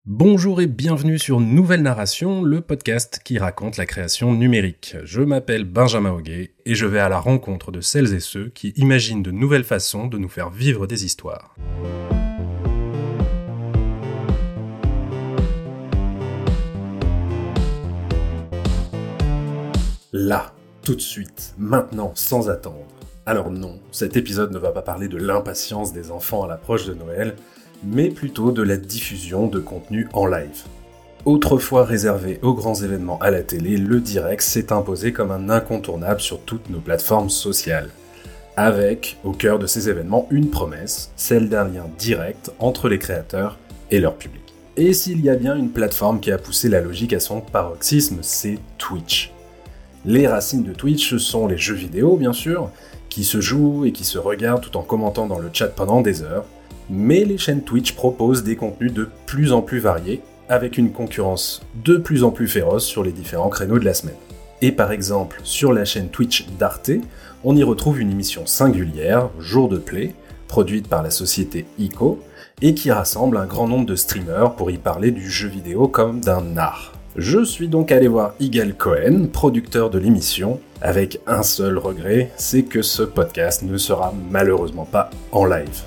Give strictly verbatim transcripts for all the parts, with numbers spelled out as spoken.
Bonjour et bienvenue sur Nouvelle Narration, le podcast qui raconte la création numérique. Je m'appelle Benjamin Auguet et je vais à la rencontre de celles et ceux qui imaginent de nouvelles façons de nous faire vivre des histoires. Là, tout de suite, maintenant, sans attendre. Alors non, cet épisode ne va pas parler de l'impatience des enfants à l'approche de Noël, mais plutôt de la diffusion de contenu en live. Autrefois réservé aux grands événements à la télé, le direct s'est imposé comme un incontournable sur toutes nos plateformes sociales. Avec, au cœur de ces événements, une promesse, celle d'un lien direct entre les créateurs et leur public. Et s'il y a bien une plateforme qui a poussé la logique à son paroxysme, c'est Twitch. Les racines de Twitch, ce sont les jeux vidéo, bien sûr, qui se jouent et qui se regardent tout en commentant dans le chat pendant des heures. Mais les chaînes Twitch proposent des contenus de plus en plus variés, avec une concurrence de plus en plus féroce sur les différents créneaux de la semaine. Et par exemple, sur la chaîne Twitch d'Arte, on y retrouve une émission singulière, Jour de Play, produite par la société Ico, et qui rassemble un grand nombre de streamers pour y parler du jeu vidéo comme d'un art. Je suis donc allé voir Ygal Cohen, producteur de l'émission, avec un seul regret, c'est que ce podcast ne sera malheureusement pas en live.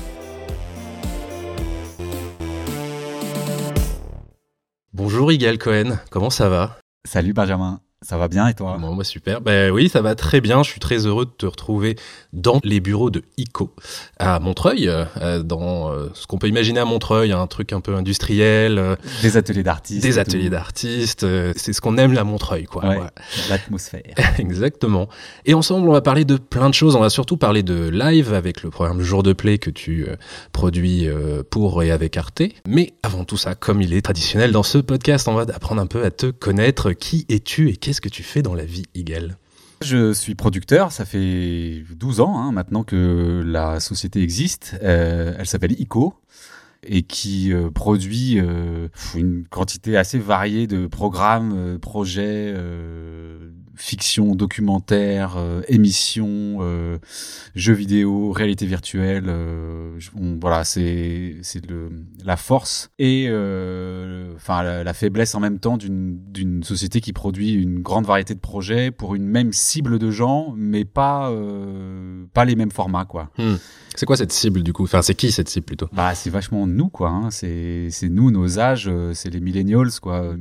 Bonjour Ygal Cohen, comment ça va ? Salut Benjamin, ça va bien et toi ? Bon, moi super, ben oui ça va très bien, je suis très heureux de te retrouver dans les bureaux de Ico à Montreuil, euh, dans euh, ce qu'on peut imaginer à Montreuil, un truc un peu industriel. Euh, des ateliers d'artistes. Des ateliers tout. d'artistes, euh, c'est ce qu'on aime à Montreuil quoi. Ouais, ouais. L'atmosphère. Exactement. Et ensemble on va parler de plein de choses, on va surtout parler de live avec le programme Jour de Play que tu euh, produis euh, pour et avec Arte. Mais avant tout ça, comme il est traditionnel dans ce podcast, on va apprendre un peu à te connaître. Qui es-tu et qu'est-ce que tu fais dans la vie, Ygal ? Je suis producteur, ça fait douze ans hein, maintenant que la société existe. Euh, elle s'appelle Ico et qui euh, produit euh, une quantité assez variée de programmes, euh, projets, euh, fiction, documentaire, euh, émissions, euh, jeux vidéo, réalité virtuelle. Euh, on, voilà, c'est c'est le la force et euh, enfin la, la faiblesse en même temps d'une d'une société qui produit une grande variété de projets pour une même cible de gens, mais pas euh, pas les mêmes formats quoi. Hmm. C'est quoi cette cible du coup ? Enfin, c'est qui cette cible plutôt ? Bah, c'est vachement nous quoi. Hein. C'est c'est nous, nos âges, c'est les millennials quoi.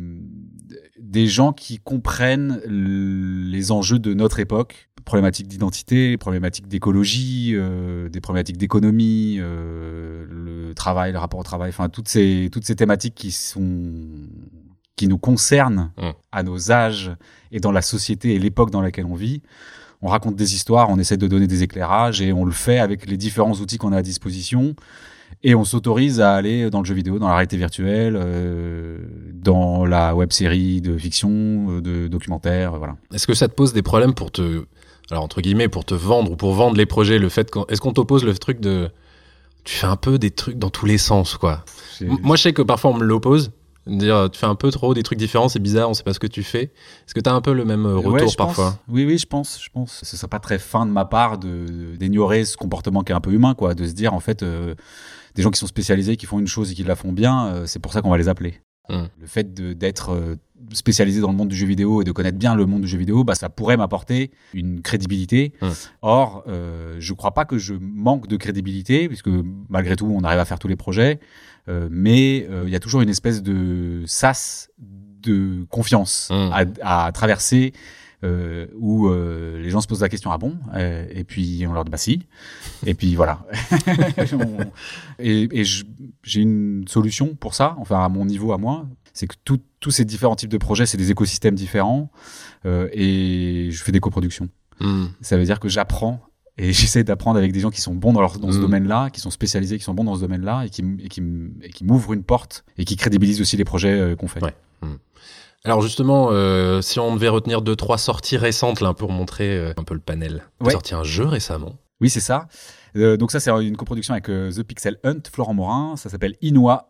Des gens qui comprennent les enjeux de notre époque, problématiques d'identité, problématiques d'écologie, euh, des problématiques d'économie, euh, le travail, le rapport au travail, enfin toutes ces toutes ces thématiques qui sont qui nous concernent mmh. à nos âges et dans la société et l'époque dans laquelle on vit. On raconte des histoires, on essaie de donner des éclairages et on le fait avec les différents outils qu'on a à disposition. Et on s'autorise à aller dans le jeu vidéo, dans la réalité virtuelle, euh, dans la web-série de fiction, de documentaire, voilà. Est-ce que ça te pose des problèmes pour te, alors entre guillemets, pour te vendre ou pour vendre les projets, le fait qu'on, est-ce qu'on t'oppose le truc de, tu fais un peu des trucs dans tous les sens, quoi. J'ai... Moi, je sais que parfois on me l'oppose, dire tu fais un peu trop des trucs différents, c'est bizarre, on sait pas ce que tu fais. Est-ce que t'as un peu le même retour ouais, parfois ? Pense. Oui, oui, je pense, je pense. Ce serait pas très fin de ma part de d'ignorer ce comportement qui est un peu humain, quoi, de se dire en fait. Euh, des gens qui sont spécialisés, qui font une chose et qui la font bien, euh, c'est pour ça qu'on va les appeler. Mmh. Le fait de, d'être euh, spécialisé dans le monde du jeu vidéo et de connaître bien le monde du jeu vidéo, bah, ça pourrait m'apporter une crédibilité. Mmh. Or, euh, je crois pas que je manque de crédibilité, puisque malgré tout, on arrive à faire tous les projets, euh, mais il euh, y a toujours une espèce de sas de confiance mmh. à, à traverser. Euh, où euh, les gens se posent la question ah bon euh, et puis on leur dit bah si et puis voilà on, et, et je, j'ai une solution pour ça, enfin à mon niveau à moi, c'est que tous tout ces différents types de projets c'est des écosystèmes différents euh, et je fais des coproductions. Mmh. Ça veut dire que j'apprends et j'essaie d'apprendre avec des gens qui sont bons dans, leur, dans mmh. ce domaine-là, qui sont spécialisés, qui sont bons dans ce domaine-là et qui, et qui, et qui m'ouvrent une porte et qui crédibilisent aussi les projets euh, qu'on fait. Ouais. Mmh. Alors justement, euh, si on devait retenir deux, trois sorties récentes là, pour montrer euh, un peu le panel. Tu as ouais. sorti un jeu récemment. Oui, c'est ça. Euh, donc ça, c'est une coproduction avec euh, The Pixel Hunt, Florent Morin. Ça s'appelle Inua.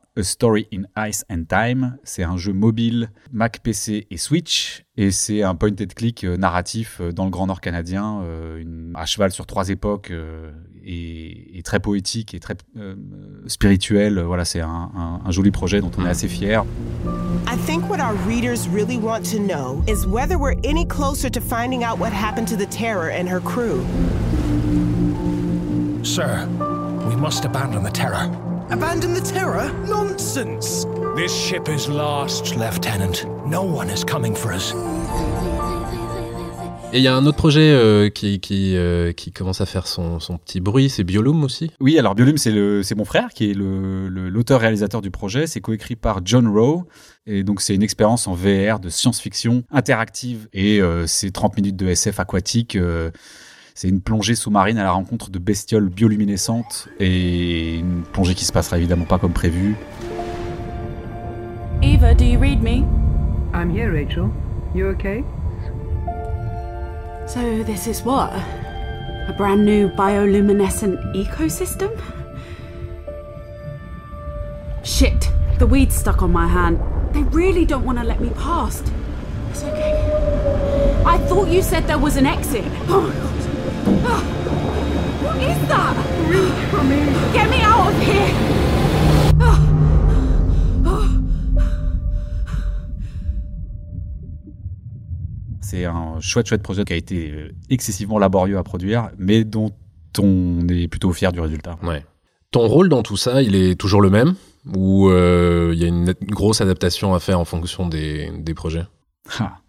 A Story in Ice and Time. C'est un jeu mobile, Mac, P C et Switch. Et c'est un point and click euh, narratif euh, dans le Grand Nord canadien, euh, une, à cheval sur trois époques, euh, et, et très poétique et très euh, spirituel. Voilà, c'est un, un, un joli projet dont on est assez fiers. I think what our readers really want to know is whether we're any closer to finding out what happened to the Terror and her crew. Sir, we must abandon the Terror. Abandon the Terror? Nonsense! This ship is lost, Lieutenant. No one is coming for us. Et il y a un autre projet euh, qui, qui, euh, qui commence à faire son, son petit bruit, c'est Biolume aussi. Oui, alors Biolume, c'est, le, c'est mon frère qui est le, le, l'auteur-réalisateur du projet. C'est coécrit par John Rowe. Et donc, c'est une expérience en V R de science-fiction interactive. Et euh, c'est trente minutes de S F aquatique. Euh, c'est une plongée sous-marine à la rencontre de bestioles bioluminescentes. Et une plongée qui se passera évidemment pas comme prévu. Eva, do you read me? I'm here, Rachel. You okay? So this is what? A brand new bioluminescent ecosystem? Shit, the weed's stuck on my hand. They really don't want to let me past. It's okay. I thought you said there was an exit. Oh my god. Oh, what is that? Reach for me. Get me out of here. Oh. C'est un chouette, chouette projet qui a été excessivement laborieux à produire, mais dont on est plutôt fier du résultat. Ouais. Ton rôle dans tout ça, il est toujours le même? Ou il euh, y a une, une grosse adaptation à faire en fonction des, des projets? Ah.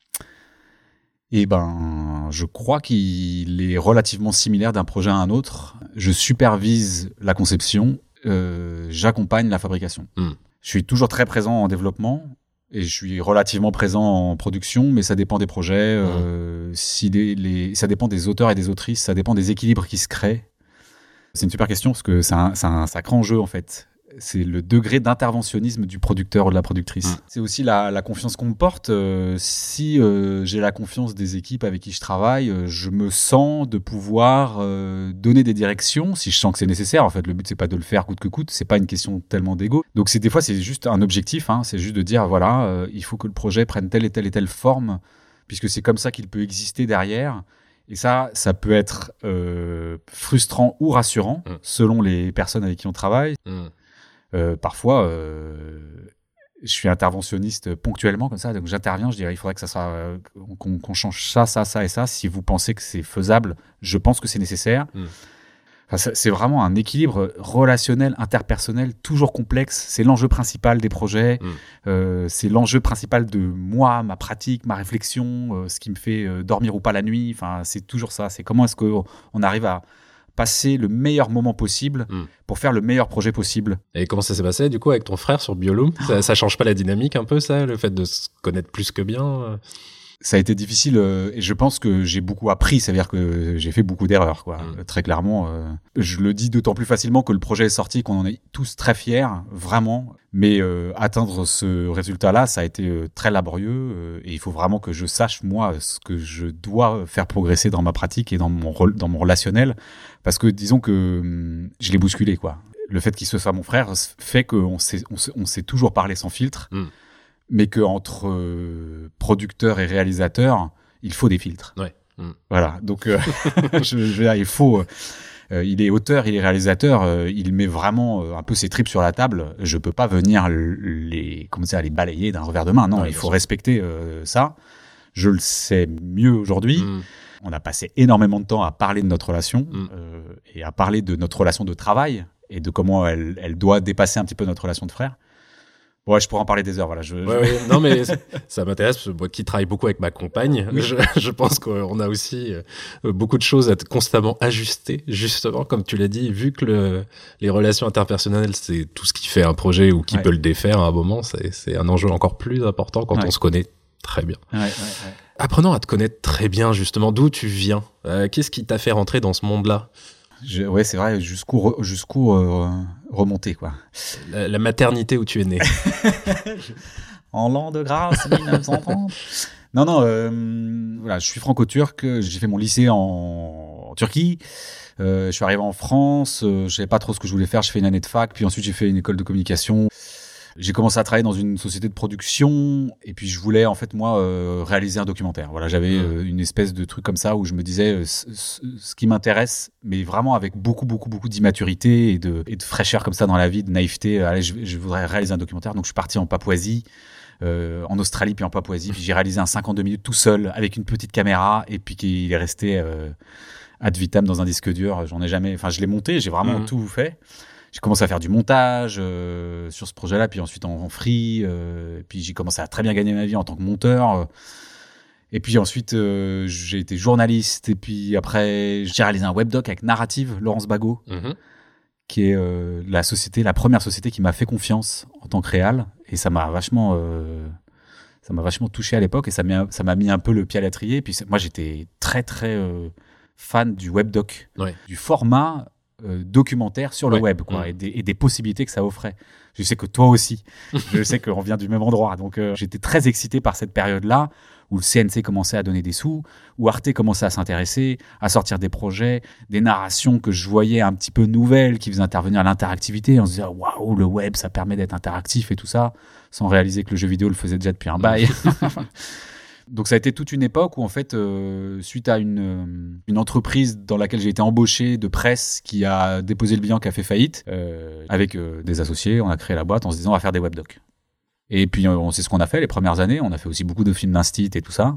Eh ben, je crois qu'il est relativement similaire d'un projet à un autre. Je supervise la conception, euh, j'accompagne la fabrication. Mm. Je suis toujours très présent en développement. Et je suis relativement présent en production, mais ça dépend des projets, mmh. euh, si les, les, ça dépend des auteurs et des autrices, ça dépend des équilibres qui se créent. C'est une super question parce que c'est un, c'est un sacré enjeu en fait. C'est le degré d'interventionnisme du producteur ou de la productrice. Mmh. C'est aussi la, la confiance qu'on me porte. Euh, si euh, j'ai la confiance des équipes avec qui je travaille, euh, je me sens de pouvoir euh, donner des directions si je sens que c'est nécessaire. En fait, le but c'est pas de le faire coûte que coûte. C'est pas une question tellement d'ego. Donc c'est des fois c'est juste un objectif. Hein, c'est juste de dire voilà, euh, il faut que le projet prenne telle et telle et telle forme, puisque c'est comme ça qu'il peut exister derrière. Et ça, ça peut être euh, frustrant ou rassurant mmh. selon les personnes avec qui on travaille. Mmh. Euh, parfois, euh, je suis interventionniste ponctuellement comme ça, donc j'interviens, je dirais il faudrait que ça soit, euh, qu'on, qu'on change ça, ça, ça et ça. Si vous pensez que c'est faisable, je pense que c'est nécessaire. Mmh. Enfin, c'est vraiment un équilibre relationnel, interpersonnel, toujours complexe. C'est l'enjeu principal des projets. Mmh. Euh, c'est l'enjeu principal de moi, ma pratique, ma réflexion, euh, ce qui me fait euh, dormir ou pas la nuit. Enfin, c'est toujours ça. C'est comment est-ce qu'on on arrive à passer le meilleur moment possible mmh. pour faire le meilleur projet possible. Et comment ça s'est passé du coup avec ton frère sur Biolume? ça, ça change pas la dynamique un peu ça, le fait de se connaître plus que bien? Ça a été difficile euh, et je pense que j'ai beaucoup appris, c'est-à-dire que j'ai fait beaucoup d'erreurs, quoi. Mmh. Très clairement. Euh, je le dis d'autant plus facilement que le projet est sorti, qu'on en est tous très fiers, vraiment. Mais euh, atteindre ce résultat-là, ça a été euh, très laborieux euh, et il faut vraiment que je sache, moi, ce que je dois faire progresser dans ma pratique et dans mon, rôle, dans mon relationnel. Parce que disons que hum, je l'ai bousculé, quoi. Le fait qu'il se soit mon frère fait qu'on s'est, on s'est, on s'est toujours parlé sans filtre. Mmh. Mais qu'entre euh, producteurs et réalisateurs, il faut des filtres. Ouais. Mmh. Voilà, donc euh, je, je veux dire, il faut... Euh, il est auteur, il est réalisateur, euh, il met vraiment euh, un peu ses tripes sur la table. Je peux pas venir les, comment ça, les balayer d'un revers de main. Non, ouais, il faut respecter euh, ça. Je le sais mieux aujourd'hui. Mmh. On a passé énormément de temps à parler de notre relation mmh. euh, et à parler de notre relation de travail et de comment elle, elle doit dépasser un petit peu notre relation de frère. Ouais, je pourrais en parler des heures, voilà. Je, ouais, je... Ouais, non, mais ça m'intéresse, moi qui travaille beaucoup avec ma compagne, oui. je, je pense qu'on a aussi beaucoup de choses à être constamment ajuster, justement, comme tu l'as dit, vu que le, les relations interpersonnelles, c'est tout ce qui fait un projet ou qui ouais. peut le défaire à un moment, c'est, c'est un enjeu encore plus important quand ouais. on se connaît très bien. Ouais, ouais, ouais. Apprenons à te connaître très bien, justement, d'où tu viens. Euh, qu'est-ce qui t'a fait rentrer dans ce monde-là? Je, ouais, c'est vrai, jusqu'où, re, jusqu'où euh, remonter, quoi. La, la maternité où tu es né. En l'an de grâce, dix-neuf cent trente. Non, non, euh, voilà, je suis franco-turc, j'ai fait mon lycée en, en Turquie. Euh, je suis arrivé en France, euh, je savais pas trop ce que je voulais faire. Je fais une année de fac, puis ensuite j'ai fait une école de communication. J'ai commencé à travailler dans une société de production, et puis je voulais en fait moi euh, réaliser un documentaire. Voilà, j'avais euh, une espèce de truc comme ça où je me disais euh, ce, ce, ce qui m'intéresse, mais vraiment avec beaucoup beaucoup beaucoup d'immaturité et de, et de fraîcheur comme ça dans la vie, de naïveté. Allez, je, je voudrais réaliser un documentaire. Donc je suis parti en Papouasie. Euh, en Australie puis en Papouasie, puis j'ai réalisé un cinquante-deux minutes tout seul avec une petite caméra, et puis qu'il est resté euh, ad vitam dans un disque dur. J'en ai jamais, enfin je l'ai monté, j'ai vraiment mmh. tout fait. J'ai commencé à faire du montage euh, sur ce projet-là, puis ensuite en, en free, euh, puis j'ai commencé à très bien gagner ma vie en tant que monteur. Et puis ensuite euh, j'ai été journaliste, et puis après j'ai réalisé un webdoc avec Narrative, Laurence Bagot. Mmh. Qui est euh, la société, la première société qui m'a fait confiance en tant que réal, et ça m'a vachement, euh, ça m'a vachement touché à l'époque, et ça m'a, ça m'a mis un peu le pied à l'étrier. Et puis moi, j'étais très très euh, fan du webdoc, ouais. du format euh, documentaire sur le ouais. web, quoi, mmh. et, des, et des possibilités que ça offrait. Je sais que toi aussi, je sais qu'on vient du même endroit, donc euh, j'étais très excité par cette période-là, où le C N C commençait à donner des sous, où Arte commençait à s'intéresser, à sortir des projets, des narrations que je voyais un petit peu nouvelles, qui faisaient intervenir l'interactivité. On se disait, waouh, le web, ça permet d'être interactif et tout ça, sans réaliser que le jeu vidéo le faisait déjà depuis un bail. Donc ça a été toute une époque où, en fait, euh, suite à une, une entreprise dans laquelle j'ai été embauché de presse qui a déposé le bilan, qui a fait faillite, euh, avec euh, des associés, on a créé la boîte en se disant, on va faire des webdocs. Et puis, on sait ce qu'on a fait les premières années. On a fait aussi beaucoup de films d'instit et tout ça.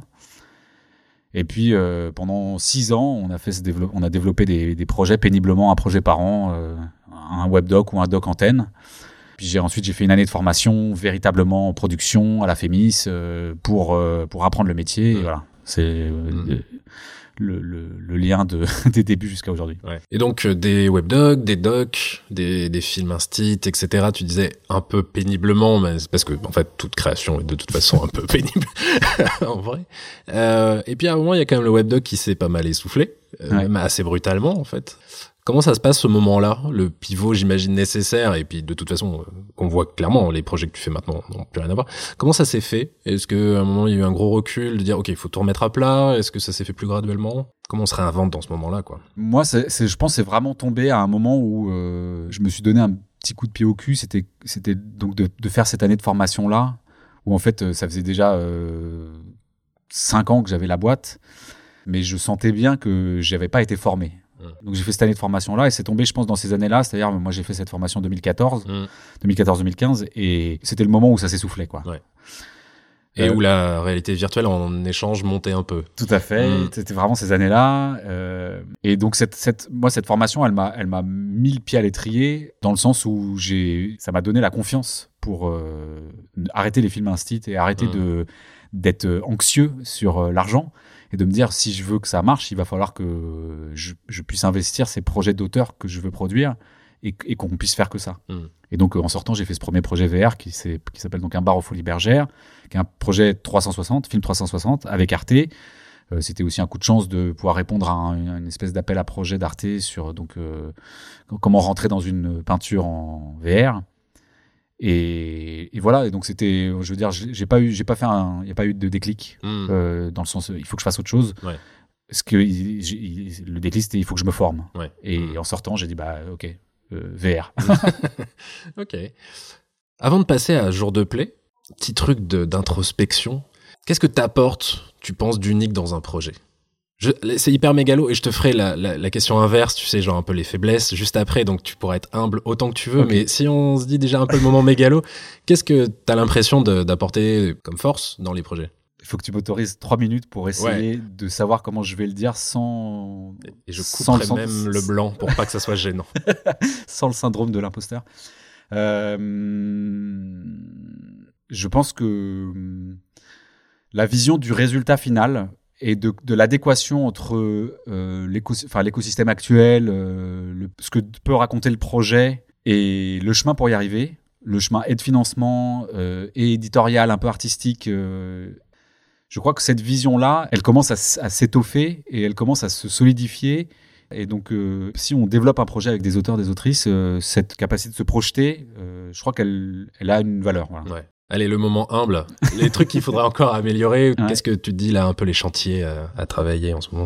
Et puis, euh, pendant six ans, on a, fait ce dévelop- on a développé des, des projets péniblement, un projet par an, euh, un webdoc ou un doc antenne. Puis j'ai, ensuite, j'ai fait une année de formation véritablement en production à la Fémis euh, pour, euh, pour apprendre le métier. Et voilà, c'est euh, mmh. le, le, le lien de, des débuts jusqu'à aujourd'hui. Ouais. Et donc, euh, des webdocs, des docs, des, des films instit, et cetera. Tu disais un peu péniblement, mais c'est parce que, en fait, toute création est de toute façon un peu pénible, en vrai. Euh, et puis, à un moment, il y a quand même le webdoc qui s'est pas mal essoufflé, euh, ouais. même assez brutalement, en fait. Comment ça se passe ce moment-là, le pivot, j'imagine, nécessaire, et puis de toute façon, euh, qu'on voit clairement, les projets que tu fais maintenant n'ont plus rien à voir. Comment ça s'est fait ? Est-ce qu'à un moment, il y a eu un gros recul de dire, ok, il faut tout remettre à plat ? Est-ce que ça s'est fait plus graduellement ? Comment on se réinvente dans ce moment-là, quoi ? Moi, c'est, c'est, je pense que c'est vraiment tombé à un moment où euh, je me suis donné un petit coup de pied au cul. C'était, c'était donc de, de faire cette année de formation-là, où en fait, ça faisait déjà euh, cinq ans que j'avais la boîte, mais je sentais bien que j'avais pas été formé. Donc j'ai fait cette année de formation là, et c'est tombé, je pense, dans ces années là, c'est-à-dire moi j'ai fait cette formation en deux mille quatorze, mmh. deux mille quatorze deux mille quinze, et c'était le moment où ça s'essoufflait, quoi. Ouais. Et euh, où la réalité virtuelle en échange montait un peu. Tout à fait, mmh. c'était vraiment ces années là, euh, et donc cette, cette, moi cette formation elle m'a, elle m'a mis le pied à l'étrier, dans le sens où j'ai, ça m'a donné la confiance pour euh, arrêter les films instit et arrêter mmh. de, d'être anxieux sur euh, l'argent. Et de me dire, si je veux que ça marche, il va falloir que je, je puisse investir ces projets d'auteur que je veux produire, et, et qu'on puisse faire que ça. Mmh. Et donc, en sortant, j'ai fait ce premier projet V R qui, qui s'appelle donc Un bar aux Folies Bergères, qui est un projet trois cent soixante, film trois cent soixante, avec Arte. Euh, c'était aussi un coup de chance de pouvoir répondre à un, une espèce d'appel à projet d'Arte sur donc, euh, comment rentrer dans une peinture en V R. Et, et voilà, et donc c'était, je veux dire, j'ai pas eu, j'ai pas fait un, il y a pas eu de déclic mmh. euh, dans le sens, il faut que je fasse autre chose. Ouais. Parce que il, il, le déclic c'était, il faut que je me forme. Ouais. Et mmh. en sortant, j'ai dit bah ok, euh, V R. Ok. Avant de passer à Jour de Play, petit truc de, d'introspection. Qu'est-ce que t'apportes, tu penses, d'unique dans un projet ? Je, c'est hyper mégalo, et je te ferai la, la, la question inverse, tu sais, genre un peu les faiblesses juste après, donc tu pourras être humble autant que tu veux. Okay. Mais si on se dit déjà un peu le moment mégalo, qu'est-ce que t'as l'impression de, d'apporter comme force dans les projets ? Il faut que tu m'autorises trois minutes pour essayer ouais. de savoir comment je vais le dire sans... Et je couperai sans, même sans... le blanc pour pas que ça soit gênant. Sans le syndrome de l'imposteur. Euh... Je pense que la vision du résultat final... et de, de l'adéquation entre euh, l'écos- enfin, l'écosystème actuel, euh, le, ce que peut raconter le projet et le chemin pour y arriver, le chemin et de financement euh, et éditorial, un peu artistique. Euh, je crois que cette vision-là, elle commence à, à s'étoffer et elle commence à se solidifier. Et donc, euh, si on développe un projet avec des auteurs, des autrices, euh, cette capacité de se projeter, euh, je crois qu'elle elle a une valeur. Voilà. Ouais. Allez, le moment humble. Les trucs qu'il faudra encore améliorer. Ouais. Qu'est-ce que tu te dis là, un peu les chantiers à, à travailler en ce moment, c'est quoi ?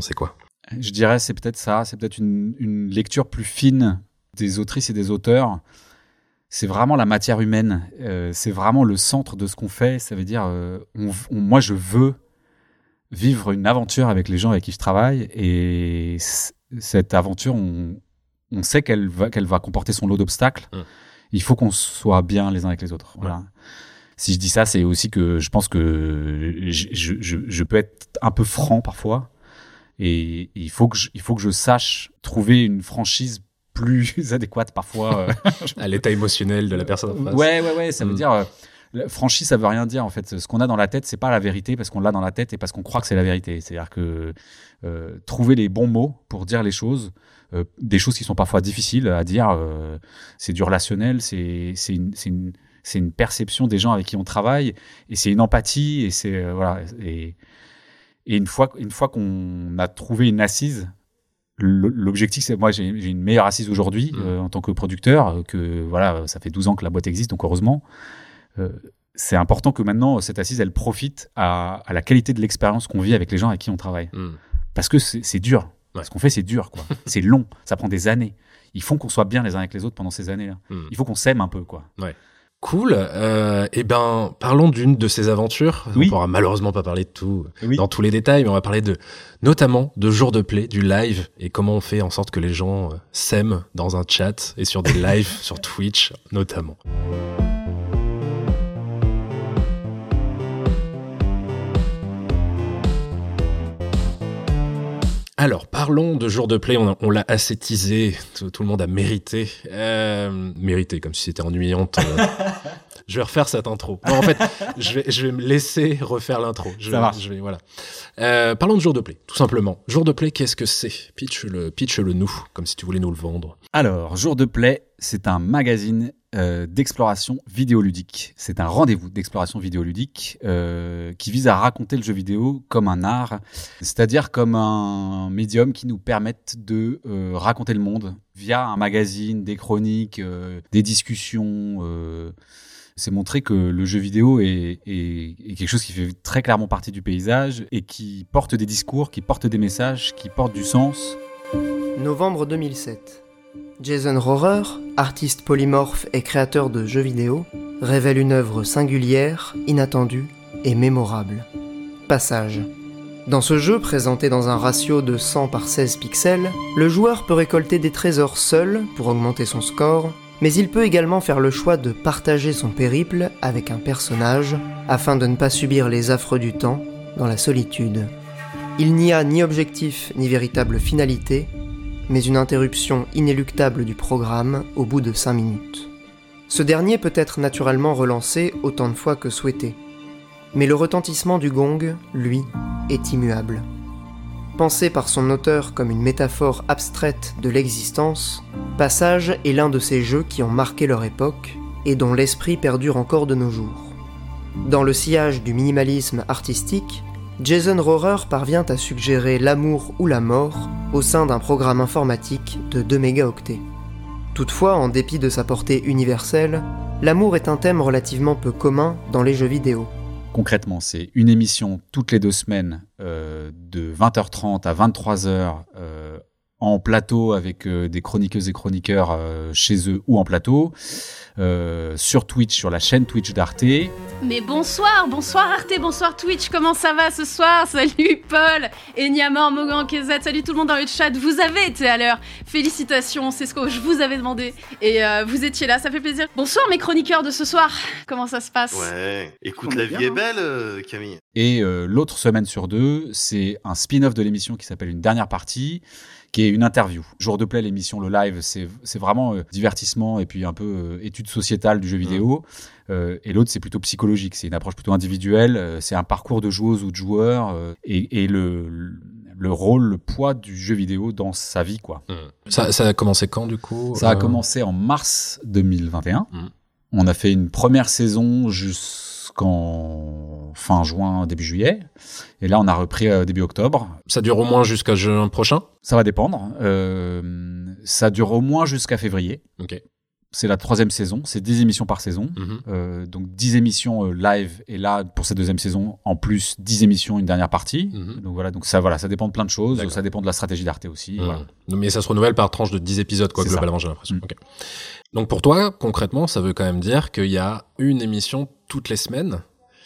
je dirais c'est peut-être ça, c'est peut-être une, une lecture plus fine des autrices et des auteurs. C'est vraiment la matière humaine, euh, c'est vraiment le centre de ce qu'on fait. Ça veut dire, euh, on, on, moi je veux vivre une aventure avec les gens avec qui je travaille, et c- cette aventure, on, on sait qu'elle va, qu'elle va comporter son lot d'obstacles. Mmh. Il faut qu'on soit bien les uns avec les autres. Voilà. Ouais. Si je dis ça, c'est aussi que je pense que je, je, je, je peux être un peu franc parfois, et, et il faut que je, il faut que je sache trouver une franchise plus adéquate parfois. À l'état émotionnel de la personne en face. Ouais, ouais, ouais. Ça veut mmh. dire... Euh, franchise, ça veut rien dire en fait. Ce qu'on a dans la tête, c'est pas la vérité parce qu'on l'a dans la tête et parce qu'on croit que c'est la vérité. C'est-à-dire que euh, trouver les bons mots pour dire les choses, euh, des choses qui sont parfois difficiles à dire, euh, c'est du relationnel, c'est c'est une, c'est une c'est une perception des gens avec qui on travaille, et c'est une empathie, et c'est euh, voilà et et une fois une fois qu'on a trouvé une assise. L'objectif, c'est moi j'ai, j'ai une meilleure assise aujourd'hui mmh. euh, en tant que producteur, que voilà, ça fait douze ans que la boîte existe, donc heureusement. Euh, c'est important que maintenant cette assise elle profite à, à la qualité de l'expérience qu'on vit avec les gens avec qui on travaille, mmh. parce que c'est, c'est dur, ouais. Ce qu'on fait c'est dur quoi. C'est long, ça prend des années, il faut qu'on soit bien les uns avec les autres pendant ces années-là, mmh. Il faut qu'on s'aime un peu quoi. Ouais. Cool. Euh, et ben, parlons d'une de ces aventures. Oui. On pourra malheureusement pas parler de tout, oui. dans tous les détails, mais on va parler de, notamment, de Jour de Play, du live, et comment on fait en sorte que les gens euh, s'aiment dans un chat et sur des lives sur Twitch, notamment. Alors, parlons de Jour de Play, on, a, on l'a assez teasé, tout, tout le monde a mérité. Euh, mérité, comme si c'était ennuyante. Euh, je vais refaire cette intro. Non, en fait, je vais, je vais me laisser refaire l'intro. Je, Ça marche. Je vais, voilà. Euh, parlons de Jour de Play, tout simplement. Jour de Play, qu'est-ce que c'est ? Pitch-le, pitch-le nous, comme si tu voulais nous le vendre. Alors, Jour de Play, c'est un magazine euh, d'exploration vidéoludique. C'est un rendez-vous d'exploration vidéoludique euh, qui vise à raconter le jeu vidéo comme un art, c'est-à-dire comme un médium qui nous permette de euh, raconter le monde via un magazine, des chroniques, euh, des discussions. Euh, c'est montrer que le jeu vidéo est, est, est quelque chose qui fait très clairement partie du paysage et qui porte des discours, qui porte des messages, qui porte du sens. Novembre deux mille sept. Jason Rohrer, artiste polymorphe et créateur de jeux vidéo, révèle une œuvre singulière, inattendue et mémorable. Passage. Dans ce jeu, présenté dans un ratio de cent par seize pixels, le joueur peut récolter des trésors seul pour augmenter son score, mais il peut également faire le choix de partager son périple avec un personnage afin de ne pas subir les affres du temps dans la solitude. Il n'y a ni objectif ni véritable finalité, mais une interruption inéluctable du programme au bout de cinq minutes. Ce dernier peut être naturellement relancé autant de fois que souhaité. Mais le retentissement du gong, lui, est immuable. Pensé par son auteur comme une métaphore abstraite de l'existence, Passage est l'un de ces jeux qui ont marqué leur époque et dont l'esprit perdure encore de nos jours. Dans le sillage du minimalisme artistique, Jason Rohrer parvient à suggérer l'amour ou la mort au sein d'un programme informatique de deux mégaoctets. Toutefois, en dépit de sa portée universelle, l'amour est un thème relativement peu commun dans les jeux vidéo. Concrètement, c'est une émission toutes les deux semaines euh, de vingt heures trente à vingt-trois heures euh, en plateau avec euh, des chroniqueuses et chroniqueurs euh, chez eux ou en plateau, euh, sur Twitch, sur la chaîne Twitch d'Arte. Mais bonsoir, bonsoir Arte, bonsoir Twitch, comment ça va ce soir ? Salut Paul, Enyamor, Mogan, Kezat, salut tout le monde dans le chat, vous avez été à l'heure, félicitations, c'est ce que je vous avais demandé, et euh, vous étiez là, ça fait plaisir. Bonsoir mes chroniqueurs de ce soir, comment ça se passe ? Ouais, écoute, la vie bien, est belle euh, Camille. Et euh, l'autre semaine sur deux, c'est un spin-off de l'émission qui s'appelle Une dernière partie, qui est une interview. Jour de Play, l'émission, le live, c'est, c'est vraiment euh, divertissement et puis un peu euh, étude sociétale du jeu vidéo. Mmh. Euh, et l'autre, c'est plutôt psychologique. C'est une approche plutôt individuelle. Euh, c'est un parcours de joueuse ou de joueur euh, et, et le, le rôle, le poids du jeu vidéo dans sa vie, quoi. Mmh. Ça, ça a commencé quand, du coup ? Ça a euh... commencé en mars deux mille vingt et un. Mmh. On a fait une première saison jusqu'en fin juin, début juillet. Et là, on a repris euh, début octobre. Ça dure au moins jusqu'à juin prochain ? Ça va dépendre. Euh, ça dure au moins jusqu'à février. Ok. c'est la troisième saison, c'est dix émissions par saison, Mm-hmm. euh, donc dix émissions euh, live, et là, pour cette deuxième saison, en plus, dix émissions, une dernière partie. Mm-hmm. Donc voilà, donc ça, voilà, ça dépend de plein de choses, D'accord. ça dépend de la stratégie d'Arte aussi. Mmh. Voilà. Mais ça se renouvelle par tranche de dix épisodes, quoi, C'est globalement, ça. j'ai l'impression. Mmh. Ok. Donc pour toi, concrètement, ça veut quand même dire qu'il y a une émission toutes les semaines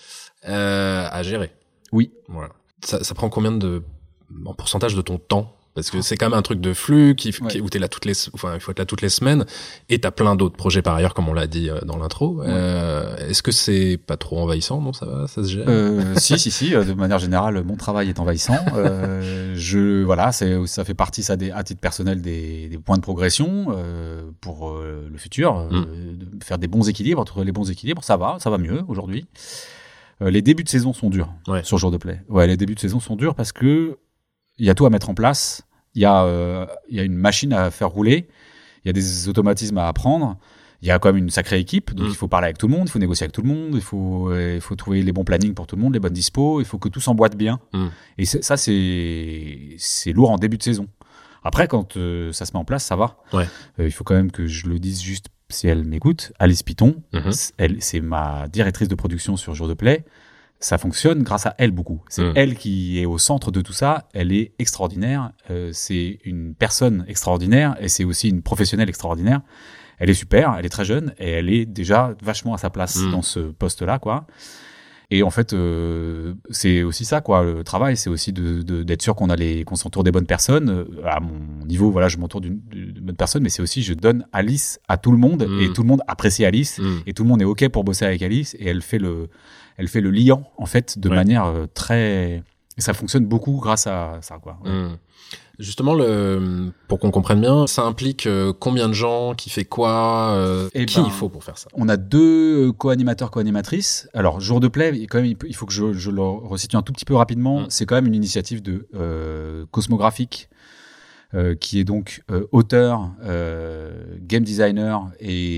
euh, à gérer. Oui. Voilà. Ça, ça prend combien de en pourcentage de ton temps? Parce que c'est quand même un truc de flux qui, Ouais. qui où t'es là toutes les, enfin, il faut être là toutes les semaines. Et t'as plein d'autres projets par ailleurs, comme on l'a dit euh, dans l'intro. Ouais. Euh, est-ce que c'est pas trop envahissant? Non, ça va, ça se gère. Euh, si, si, si. euh, De manière générale, mon travail est envahissant. Euh, je, voilà, c'est, ça fait partie, ça, des, à titre personnel, des, des points de progression euh, pour euh, le futur. Euh, Mm. de faire des bons équilibres, entre les bons équilibres, ça va, ça va mieux aujourd'hui. Euh, les débuts de saison sont durs Ouais. sur Jour de Play. Ouais, les débuts de saison sont durs parce que il y a tout à mettre en place. Il y a, euh, il y a une machine à faire rouler. Il y a des automatismes à apprendre. Il y a quand même une sacrée équipe, donc Mm. il faut parler avec tout le monde, il faut négocier avec tout le monde, il faut, euh, il faut trouver les bons plannings pour tout le monde, les bonnes dispos, il faut que tout s'emboîte bien. Mm. Et c'est- ça, c'est, c'est lourd en début de saison. Après, quand euh, ça se met en place, ça va. Ouais. Euh, il faut quand même que je le dise juste si elle m'écoute. Alice Piton, Mhm. c- elle, c'est ma directrice de production sur Jour de Play. Ça fonctionne grâce à elle beaucoup. C'est Mm. elle qui est au centre de tout ça. Elle est extraordinaire. Euh, c'est une personne extraordinaire et c'est aussi une professionnelle extraordinaire. Elle est super, elle est très jeune et elle est déjà vachement à sa place Mm. dans ce poste-là, quoi. Et en fait, euh, c'est aussi ça, quoi. Le travail, c'est aussi de, de, d'être sûr qu'on a les, qu'on s'entoure des bonnes personnes. Euh, À mon niveau, voilà, je m'entoure d'une, d'une bonne personne, mais c'est aussi, je donne Alice à tout le monde Mm. et tout le monde apprécie Alice Mm. et tout le monde est ok pour bosser avec Alice et elle fait le, elle fait le liant en fait de Ouais. manière euh, très, et ça fonctionne beaucoup grâce à ça, quoi. Ouais. Mm. Justement, le, pour qu'on comprenne bien, ça implique euh, combien de gens, qui fait quoi, euh, Eh qui ben, il faut pour faire ça? On a deux co-animateurs, co-animatrices. Alors, Jour de Play, quand même, il faut que je, je le resitue un tout petit peu rapidement. Mm. C'est quand même une initiative de euh, Cosmographique, euh, qui est donc euh, auteur, euh, game designer,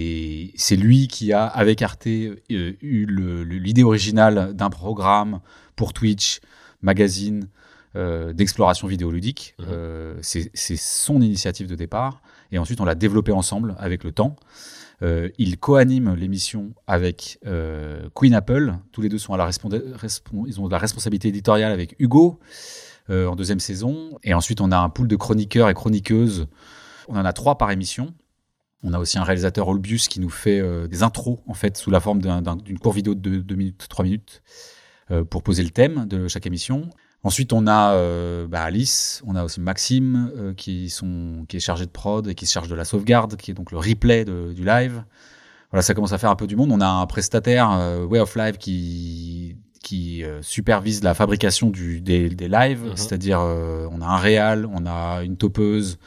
et c'est lui qui a, avec Arte, euh, eu le- le- l'idée originale d'un programme pour Twitch, magazine, euh, d'exploration vidéoludique. Mhm. Euh, c'est c'est son initiative de départ. Et ensuite, on l'a développé ensemble avec le temps. Euh, il co-anime l'émission avec euh, Queen Apple. Tous les deux sont à la responda- respon- ils ont de la responsabilité éditoriale avec Hugo euh, en deuxième saison. Et ensuite, on a un pool de chroniqueurs et chroniqueuses. On en a trois par émission. On a aussi un réalisateur Olbius qui nous fait euh, des intros, en fait, sous la forme d'un- d'un- d'une courte vidéo de deux minutes, trois minutes, euh, pour poser le thème de chaque émission. Ensuite, on a euh, bah, Alice, on a aussi Maxime euh, qui, sont, qui est chargé de prod et qui se charge de la sauvegarde, qui est donc le replay de, du live. Voilà, ça commence à faire un peu du monde. On a un prestataire, euh, Way of Live, qui, qui euh, supervise la fabrication du, des, des lives, Mhm. c'est-à-dire euh, on a un réal, on a une topeuse,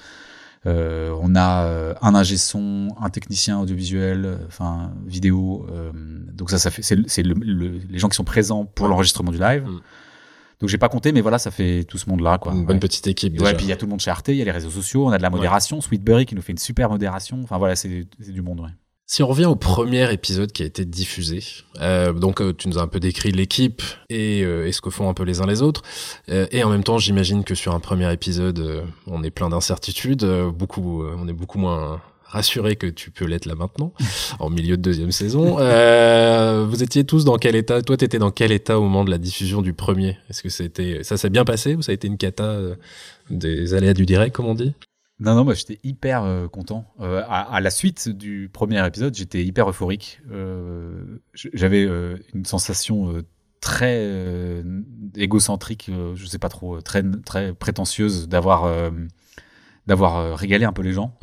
euh, on a euh, un ingé son, un technicien audiovisuel, euh, enfin vidéo. Euh, donc ça, ça fait, c'est, c'est le, le, les gens qui sont présents pour Ouais. l'enregistrement du live. Mhm. Donc j'ai pas compté, mais voilà, ça fait tout ce monde-là, quoi. Une bonne Ouais. petite équipe, Ouais, déjà. puis il y a tout le monde chez Arte, il y a les réseaux sociaux, on a de la modération, Sweetberry qui nous fait une super modération. Enfin voilà, c'est, c'est du monde, ouais. Si on revient au premier épisode qui a été diffusé, euh, donc euh, tu nous as un peu décrit l'équipe et, euh, et ce que font un peu les uns les autres, euh, et en même temps j'imagine que sur un premier épisode euh, on est plein d'incertitudes, euh, beaucoup, euh, on est beaucoup moins rassuré que tu peux l'être là maintenant, en milieu de deuxième saison. Euh, vous étiez tous dans quel état? Toi, t'étais dans quel état au moment de la diffusion du premier? Est-ce que c'était, ça s'est bien passé ou ça a été une cata euh, des aléas du direct, comme on dit? Non, non, moi j'étais hyper euh, content. Euh, à, à la suite du premier épisode, j'étais hyper euphorique. Euh, j'avais euh, une sensation euh, très euh, égocentrique, euh, je sais pas trop, euh, très très prétentieuse d'avoir euh, d'avoir euh, régalé un peu les gens. Mmh.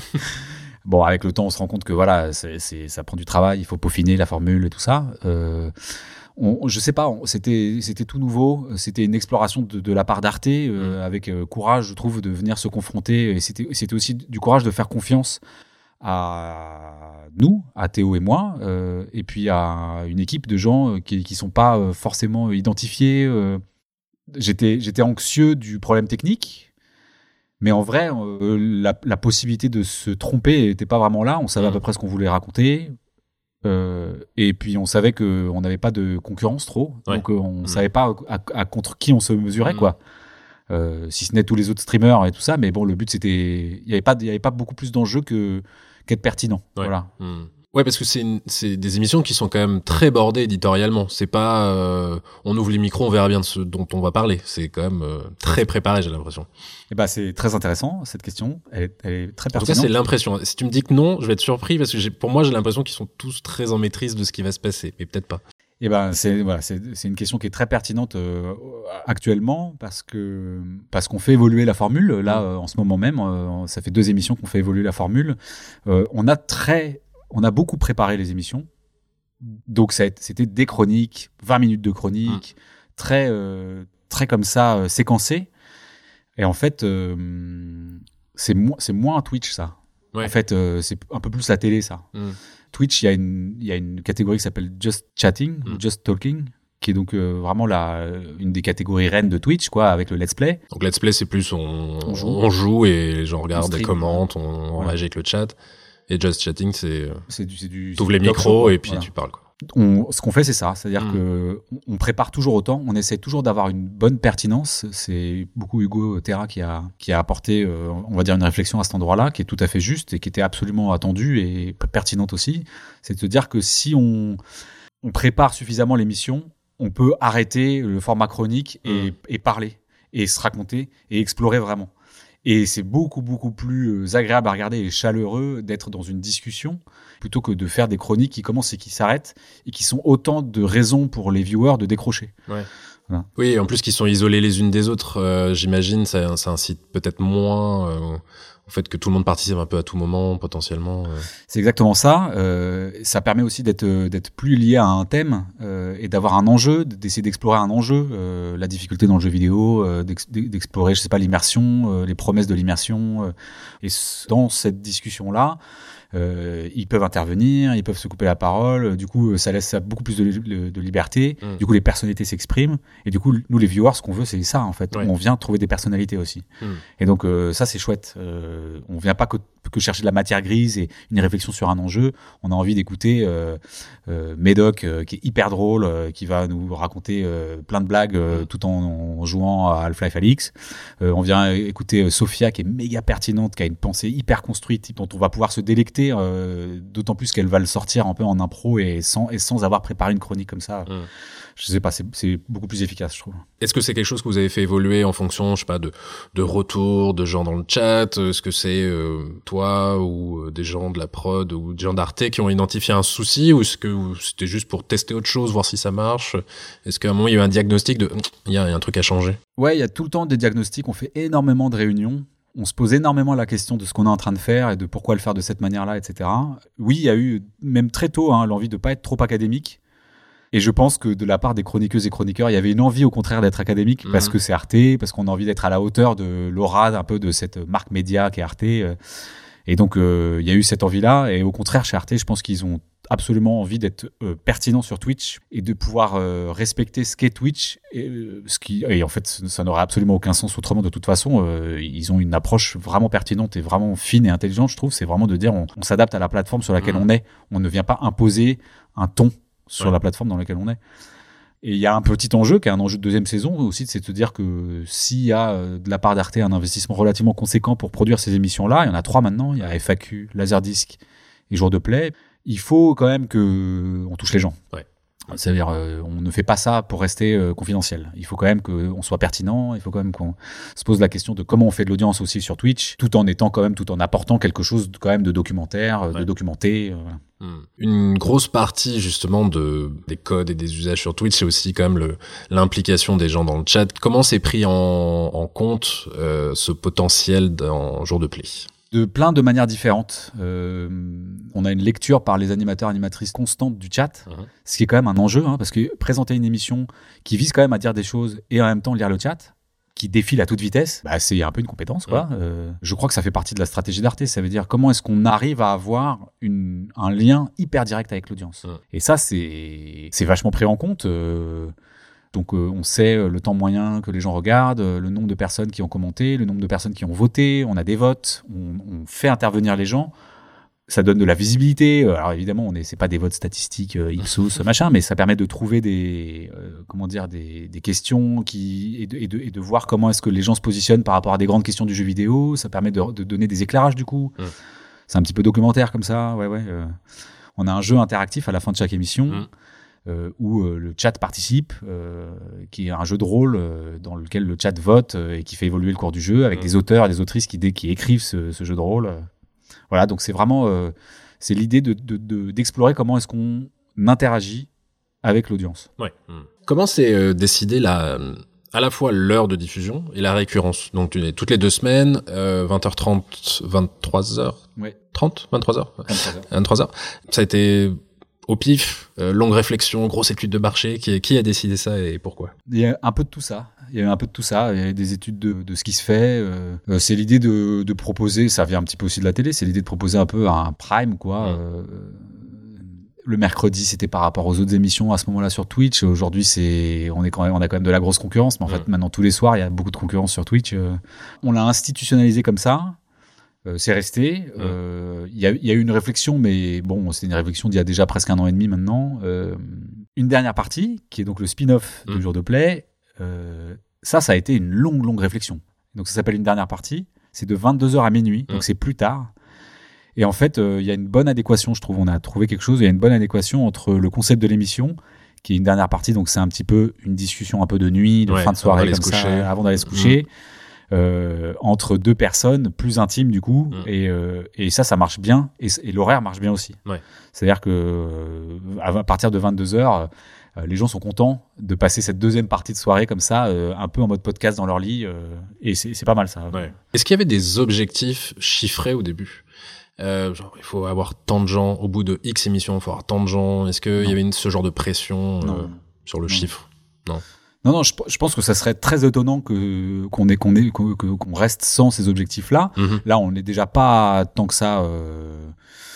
Bon, avec le temps, on se rend compte que voilà, c'est, c'est, ça prend du travail, il faut peaufiner la formule et tout ça. Euh, on, je sais pas, on, c'était, c'était tout nouveau, c'était une exploration de, de la part d'Arte, euh, avec euh, courage, je trouve, de venir se confronter. Et c'était, c'était aussi du courage de faire confiance à nous, à Théo et moi, euh, et puis à une équipe de gens qui, qui sont pas euh, forcément identifiés. Euh. J'étais, j'étais anxieux du problème technique. Mais en vrai, euh, la, la possibilité de se tromper n'était pas vraiment là. On savait à peu près ce qu'on voulait raconter. Euh, et puis, on savait qu'on n'avait pas de concurrence trop. Ouais. Donc, euh, on ne Mmh. savait pas à, à contre qui on se mesurait, Mmh. quoi. Euh, si ce n'est tous les autres streamers et tout ça. Mais bon, le but, c'était... Il n'y avait pas, il y avait pas beaucoup plus d'enjeux que, qu'être pertinent. Ouais. Voilà. Mmh. Ouais, parce que c'est, une, c'est des émissions qui sont quand même très bordées éditorialement. C'est pas, euh, on ouvre les micros, on verra bien de ce dont on va parler. C'est quand même euh, très préparé, j'ai l'impression. Et bah, c'est très intéressant, cette question. Elle est, elle est très pertinente. En tout cas, c'est l'impression. Si tu me dis que non, je vais être surpris parce que j'ai, pour moi, j'ai l'impression qu'ils sont tous très en maîtrise de ce qui va se passer. Mais peut-être pas. Et ben, c'est, voilà, c'est, c'est une question qui est très pertinente euh, actuellement parce que, parce qu'on fait évoluer la formule. Là, euh, en ce moment même, euh, ça fait deux émissions qu'on fait évoluer la formule. Euh, on a très, On a beaucoup préparé les émissions, donc ça a été, c'était des chroniques, vingt minutes de chroniques, mmh. très, euh, très comme ça, euh, séquencées. Et en fait, euh, c'est, mo- c'est moins un Twitch, ça. Ouais. En fait, euh, c'est un peu plus la télé, ça. Mmh. Twitch, il y a une, il y a une catégorie qui s'appelle Just Chatting, mmh. Just Talking, qui est donc euh, vraiment la, une des catégories reines de Twitch, quoi, avec le Let's Play. Donc Let's Play, c'est plus on, on, joue. on joue et les gens regardent, et commentent, on, on ouais. réagit avec le chat. Et Just Chatting, c'est, c'est du, c'est du, t'ouvres les micros show, et puis voilà. Tu parles, quoi. On, ce qu'on fait, c'est ça. C'est-à-dire mmh. que on prépare toujours autant. On essaie toujours d'avoir une bonne pertinence. C'est beaucoup Hugo Terra qui a, qui a apporté, euh, on va dire, une réflexion à cet endroit-là, qui est tout à fait juste et qui était absolument attendue et pertinente aussi. C'est de se dire que si on, on prépare suffisamment l'émission, on peut arrêter le format chronique et, mmh. et parler et se raconter et explorer vraiment. Et c'est beaucoup, beaucoup plus agréable à regarder et chaleureux d'être dans une discussion plutôt que de faire des chroniques qui commencent et qui s'arrêtent et qui sont autant de raisons pour les viewers de décrocher. Ouais. Voilà. Oui, en plus qu'ils sont isolés les unes des autres, euh, j'imagine, ça, ça incite peut-être moins euh, au fait que tout le monde participe un peu à tout moment, potentiellement. Euh. C'est exactement ça. Euh, ça permet aussi d'être, d'être plus lié à un thème euh, et d'avoir un enjeu, d'essayer d'explorer un enjeu, euh, la difficulté dans le jeu vidéo, euh, d'ex- d'explorer, je sais pas, l'immersion, euh, les promesses de l'immersion. Euh, et dans cette discussion-là, Euh, ils peuvent intervenir, ils peuvent se couper la parole. Du coup, ça laisse beaucoup plus de, de, de liberté. Mmh. Du coup, les personnalités s'expriment. Et du coup, nous, les viewers, ce qu'on veut, c'est ça, en fait. Ouais. On vient trouver des personnalités aussi. Mmh. Et donc, euh, ça, c'est chouette. Euh, on vient pas que, que chercher de la matière grise et une réflexion sur un enjeu. On a envie d'écouter euh, euh, Médoc, euh, qui est hyper drôle, euh, qui va nous raconter euh, plein de blagues euh, tout en, en jouant à Half-Life Alyx. Euh, on vient écouter euh, Sophia, qui est méga pertinente, qui a une pensée hyper construite, dont on va pouvoir se délecter. Euh, d'autant plus qu'elle va le sortir un peu en impro et sans, et sans avoir préparé une chronique comme ça. Mmh. Je sais pas, c'est, c'est beaucoup plus efficace, je trouve. Est-ce que c'est quelque chose que vous avez fait évoluer en fonction, je sais pas, de, de retours, de gens dans le chat? Est-ce que c'est euh, toi ou euh, des gens de la prod ou des gens d'Arte qui ont identifié un souci, ou est-ce que c'était juste pour tester autre chose, voir si ça marche? Est-ce qu'à un moment il y a eu un diagnostic de il y a, il y a un truc à changer? Ouais, il y a tout le temps des diagnostics. On fait énormément de réunions. On se pose énormément la question de ce qu'on est en train de faire et de pourquoi le faire de cette manière-là, et cetera. Oui, il y a eu, même très tôt, hein, l'envie de ne pas être trop académique. Et je pense que de la part des chroniqueuses et chroniqueurs, il y avait une envie au contraire d'être académique mmh. parce que c'est Arte, parce qu'on a envie d'être à la hauteur de l'aura un peu de cette marque média qui est Arte. Et donc, euh, il y a eu cette envie-là. Et au contraire, chez Arte, je pense qu'ils ont absolument envie d'être euh, pertinents sur Twitch et de pouvoir euh, respecter ce qu'est Twitch. Et, euh, ce qui, et en fait, ça n'aurait absolument aucun sens autrement. De toute façon, euh, ils ont une approche vraiment pertinente et vraiment fine et intelligente, je trouve. C'est vraiment de dire on, on s'adapte à la plateforme sur laquelle mmh. on est. On ne vient pas imposer un ton sur ouais. la plateforme dans laquelle on est. Et il y a un petit enjeu qui est un enjeu de deuxième saison aussi, c'est de se dire que s'il y a de la part d'Arte un investissement relativement conséquent pour produire ces émissions-là, il y en a trois maintenant, il y a F A Q, Laserdisc et Jour de Play, il faut quand même qu'on touche les gens. Ouais. C'est-à-dire, euh, on ne fait pas ça pour rester euh, confidentiel. Il faut quand même qu'on soit pertinent, il faut quand même qu'on se pose la question de comment on fait de l'audience aussi sur Twitch, tout en étant quand même, tout en apportant quelque chose de, quand même de documentaire, ouais. de documenté. Euh, voilà. Mmh. Une grosse partie justement de des codes et des usages sur Twitch, c'est aussi quand même le l'implication des gens dans le chat. Comment c'est pris en, en compte euh, ce potentiel dans Jour de Play? De plein de manières différentes. Euh, on a une lecture par les animateurs animatrices constante du chat, mmh. ce qui est quand même un enjeu, hein, parce que présenter une émission qui vise quand même à dire des choses et en même temps lire le chat, qui défile à toute vitesse, bah c'est un peu une compétence, quoi. Mmh. Euh, je crois que ça fait partie de la stratégie d'Arte. Ça veut dire comment est-ce qu'on arrive à avoir une, un lien hyper direct avec l'audience. Mmh. Et ça, c'est, c'est vachement pris en compte. Euh, donc, euh, on sait le temps moyen que les gens regardent, le nombre de personnes qui ont commenté, le nombre de personnes qui ont voté. On a des votes. On, on fait intervenir les gens. Ça donne de la visibilité. Alors évidemment, on est, c'est pas des votes statistiques euh, Ipsos machin, mais ça permet de trouver des, euh, comment dire, des, des questions qui et de, et de et de voir comment est-ce que les gens se positionnent par rapport à des grandes questions du jeu vidéo. Ça permet de, de donner des éclairages du coup. Mmh. c'est un petit peu documentaire comme ça. Ouais, ouais. Euh, on a un jeu interactif à la fin de chaque émission mmh. euh, où euh, le chat participe, euh, qui est un jeu de rôle euh, dans lequel le chat vote euh, et qui fait évoluer le cours du jeu avec mmh. des auteurs et des autrices qui, qui écrivent ce, ce jeu de rôle. Voilà, donc c'est vraiment euh, c'est l'idée de, de, de, d'explorer comment est-ce qu'on interagit avec l'audience. Ouais. Mmh. Comment c'est euh, décidé la, à la fois l'heure de diffusion et la récurrence? Donc tu, toutes les deux semaines, euh, vingt heures trente, vingt-trois heures ouais. trente, vingt-trois heures vingt-trois heures Ça a été au pif, euh, longue réflexion, grosse étude de marché. Qui, qui a décidé ça et pourquoi? Il y a un peu de tout ça. Il y a un peu de tout ça. Il y a des études de, de ce qui se fait. Euh, c'est l'idée de, de proposer, ça vient un petit peu aussi de la télé, c'est l'idée de proposer un peu un prime, quoi. Mmh. Euh, Le mercredi, c'était par rapport aux autres émissions à ce moment-là sur Twitch. Aujourd'hui, c'est on est quand même on a quand même de la grosse concurrence, mais en mmh. fait maintenant tous les soirs, il y a beaucoup de concurrence sur Twitch. Euh, on l'a institutionnalisé comme ça. Euh, c'est resté. Il mmh. euh, y a il y a eu une réflexion, mais bon, c'est une réflexion d'il y a déjà presque un an et demi maintenant. Euh, une dernière partie, qui est donc le spin-off mmh. de Jour de Play. Euh, ça, ça a été une longue, longue réflexion. Donc ça s'appelle une dernière partie. C'est de vingt-deux heures à minuit, mmh. donc c'est plus tard. Et en fait, il euh, y a une bonne adéquation, je trouve. On a trouvé quelque chose. Il y a une bonne adéquation entre le concept de l'émission, qui est une dernière partie, donc c'est un petit peu une discussion un peu de nuit, de ouais, fin de soirée, comme ça, avant d'aller se coucher, mmh. euh, entre deux personnes plus intimes du coup. Mmh. Et, euh, et ça, ça marche bien. Et, et l'horaire marche bien aussi. Ouais. C'est-à-dire que euh, à partir de vingt-deux heures, euh, les gens sont contents de passer cette deuxième partie de soirée comme ça, euh, un peu en mode podcast dans leur lit. Euh, et c'est, c'est pas mal ça. Ouais. Est-ce qu'il y avait des objectifs chiffrés au début? Euh, genre, il faut avoir tant de gens au bout de X émissions, il faut avoir tant de gens. Est-ce qu'il y avait une, ce genre de pression euh, sur le non. chiffre? Non. Non, non, je, je pense que ça serait très étonnant que qu'on ait qu'on ait qu'on, qu'on reste sans ces objectifs-là. Mm-hmm. Là, on n'est déjà pas tant que ça euh,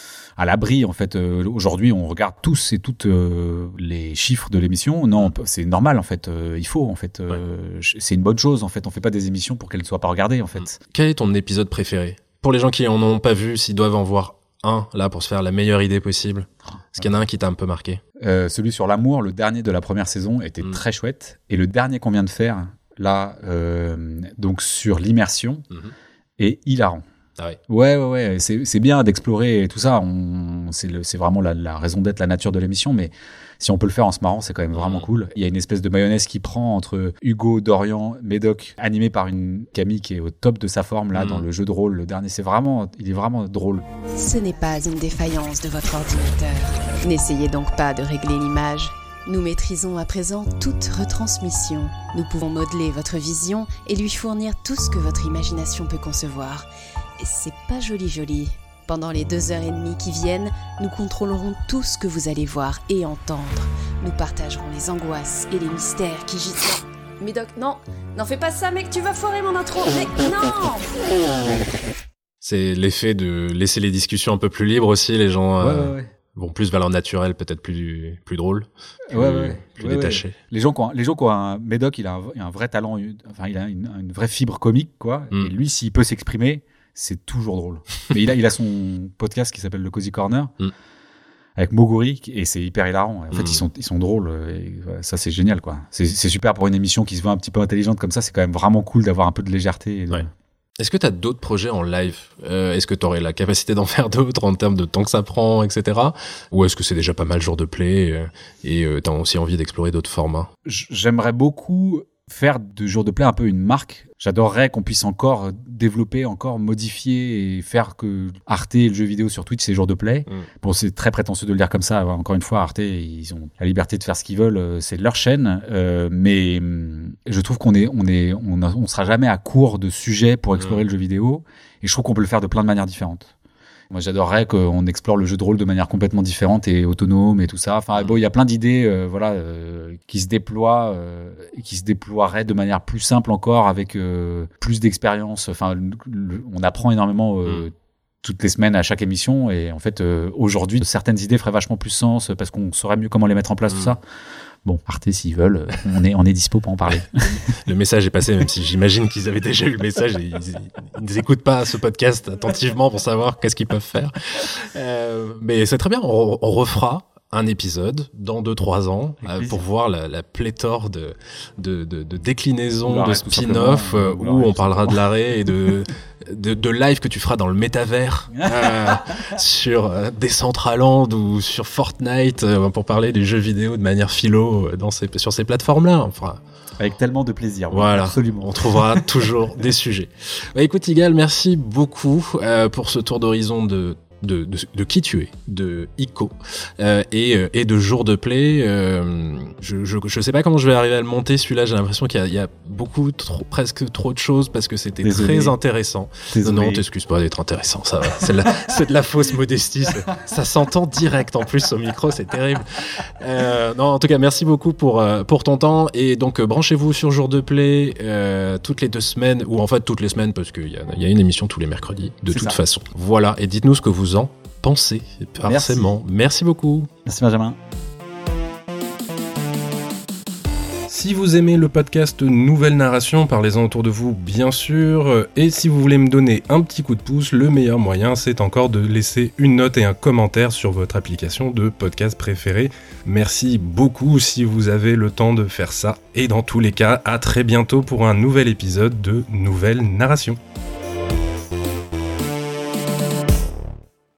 à l'abri. En fait, euh, aujourd'hui, on regarde tous et toutes euh, les chiffres de l'émission. Non, mm. c'est normal en fait. Euh, il faut en fait. Euh, ouais. C'est une bonne chose en fait. On fait pas des émissions pour qu'elles ne soient pas regardées en fait. Mm. Quel est ton épisode préféré? Pour les gens qui en ont pas vu, s'ils doivent en voir un, là, pour se faire la meilleure idée possible, est-ce qu'il y en a un qui t'a un peu marqué? euh, Celui sur l'amour, le dernier de la première saison, était mmh. très chouette. Et le dernier qu'on vient de faire, là, euh, donc sur l'immersion, mmh. est hilarant. Ah ouais. Ouais, ouais, ouais. C'est, c'est bien d'explorer tout ça. On, c'est, le, c'est vraiment la, la raison d'être, la nature de l'émission. Mais si on peut le faire en se marrant, c'est quand même vraiment mmh. cool. Il y a une espèce de mayonnaise qui prend entre Hugo, Dorian, Médoc, animé par une Camille qui est au top de sa forme, là, mmh. dans le jeu de rôle. Le dernier, c'est vraiment, il est vraiment drôle. Ce n'est pas une défaillance de votre ordinateur. N'essayez donc pas de régler l'image. Nous maîtrisons à présent toute retransmission. Nous pouvons modeler votre vision et lui fournir tout ce que votre imagination peut concevoir. Et c'est pas joli joli. Pendant les deux heures et demie qui viennent, nous contrôlerons tout ce que vous allez voir et entendre. Nous partagerons les angoisses et les mystères qui gisent... Médoc, non, n'en fais pas ça, mec, tu vas foirer mon intro. Mec, non. C'est l'effet de laisser les discussions un peu plus libres aussi, les gens... Ouais, euh... ouais, ouais. Bon, plus valeur naturelle, peut-être plus plus drôle, plus, ouais, ouais, plus ouais, détaché. Ouais. Les gens qui ont, les gens qui ont un Médoc, il a un, il a un vrai talent, enfin il a une, une vraie fibre comique, quoi. Mm. Et lui, s'il peut s'exprimer, c'est toujours drôle. Mais il a il a son podcast qui s'appelle le Cozy Corner mm. avec Moguri et c'est hyper hilarant. En fait, mm. ils sont ils sont drôles. Et ça, c'est génial, quoi. C'est c'est super pour une émission qui se veut un petit peu intelligente comme ça. C'est quand même vraiment cool d'avoir un peu de légèreté. Et de... ouais. Est-ce que tu as d'autres projets en live? euh, Est-ce que tu aurais la capacité d'en faire d'autres en termes de temps que ça prend, et cetera. Ou est-ce que c'est déjà pas mal Jour de Play euh, et euh, tu as aussi envie d'explorer d'autres formats? J'aimerais beaucoup faire de Jour de Play un peu une marque. J'adorerais qu'on puisse encore développer, encore modifier et faire que Arte et le jeu vidéo sur Twitch, c'est Jour de Play. Mm. Bon, c'est très prétentieux de le dire comme ça. Encore une fois, Arte, ils ont la liberté de faire ce qu'ils veulent. C'est leur chaîne. Euh, mais je trouve qu'on est, on est, on, a, on sera jamais à court de sujets pour explorer mm. le jeu vidéo. Et je trouve qu'on peut le faire de plein de manières différentes. Moi, j'adorerais qu'on explore le jeu de rôle de manière complètement différente et autonome et tout ça. Enfin, bon, il y a plein d'idées, euh, voilà, euh, qui se déploient, euh, qui se déploieraient de manière plus simple encore, avec euh, plus d'expérience. Enfin, le, le, on apprend énormément euh, mmh. toutes les semaines à chaque émission. Et en fait, euh, aujourd'hui, certaines idées feraient vachement plus sens parce qu'on saurait mieux comment les mettre en place, mmh. tout ça. Bon, Arte, s'ils veulent, on est, on est dispo pour en parler. Le message est passé, même si j'imagine qu'ils avaient déjà eu le message et ils n'écoutent pas ce podcast attentivement pour savoir qu'est-ce qu'ils peuvent faire. Euh, mais c'est très bien, on, on refera un épisode dans deux trois ans euh, pour voir la, la pléthore de, de, de, de déclinaisons, de spin-off euh, où on parlera de l'arrêt et de, de, de live que tu feras dans le métavers euh, sur euh, Decentraland ou sur Fortnite euh, pour parler des jeux vidéo de manière philo euh, dans ces, sur ces plateformes-là. Enfin, avec tellement de plaisir. Oui, voilà, absolument. On trouvera toujours des sujets. Bah, écoute, Igal, merci beaucoup euh, pour ce tour d'horizon de De, de, de qui tu es, de Ico euh, et, euh, et de jour de play. Euh, je, je je sais pas comment je vais arriver à le monter celui-là. J'ai l'impression qu'il y a, il y a beaucoup trop, presque trop de choses parce que c'était Désolé. très intéressant. Désolé. Non, non, t'excuses pas d'être intéressant. Ça va. C'est de la, c'est de la fausse modestie. C'est, ça s'entend direct en plus au micro, c'est terrible. Euh, non, en tout cas, merci beaucoup pour euh, pour ton temps et donc euh, branchez-vous sur jour de play euh, toutes les deux semaines ou en fait toutes les semaines parce qu'il y a, il y a une émission tous les mercredis de c'est toute ça. façon. Voilà. Et dites-nous ce que vous en pensez, forcément. Merci. Merci beaucoup. Merci Benjamin. Si vous aimez le podcast Nouvelle Narration, parlez-en autour de vous, bien sûr. Et si vous voulez me donner un petit coup de pouce, le meilleur moyen, c'est encore de laisser une note et un commentaire sur votre application de podcast préférée. Merci beaucoup si vous avez le temps de faire ça. Et dans tous les cas, à très bientôt pour un nouvel épisode de Nouvelle Narration.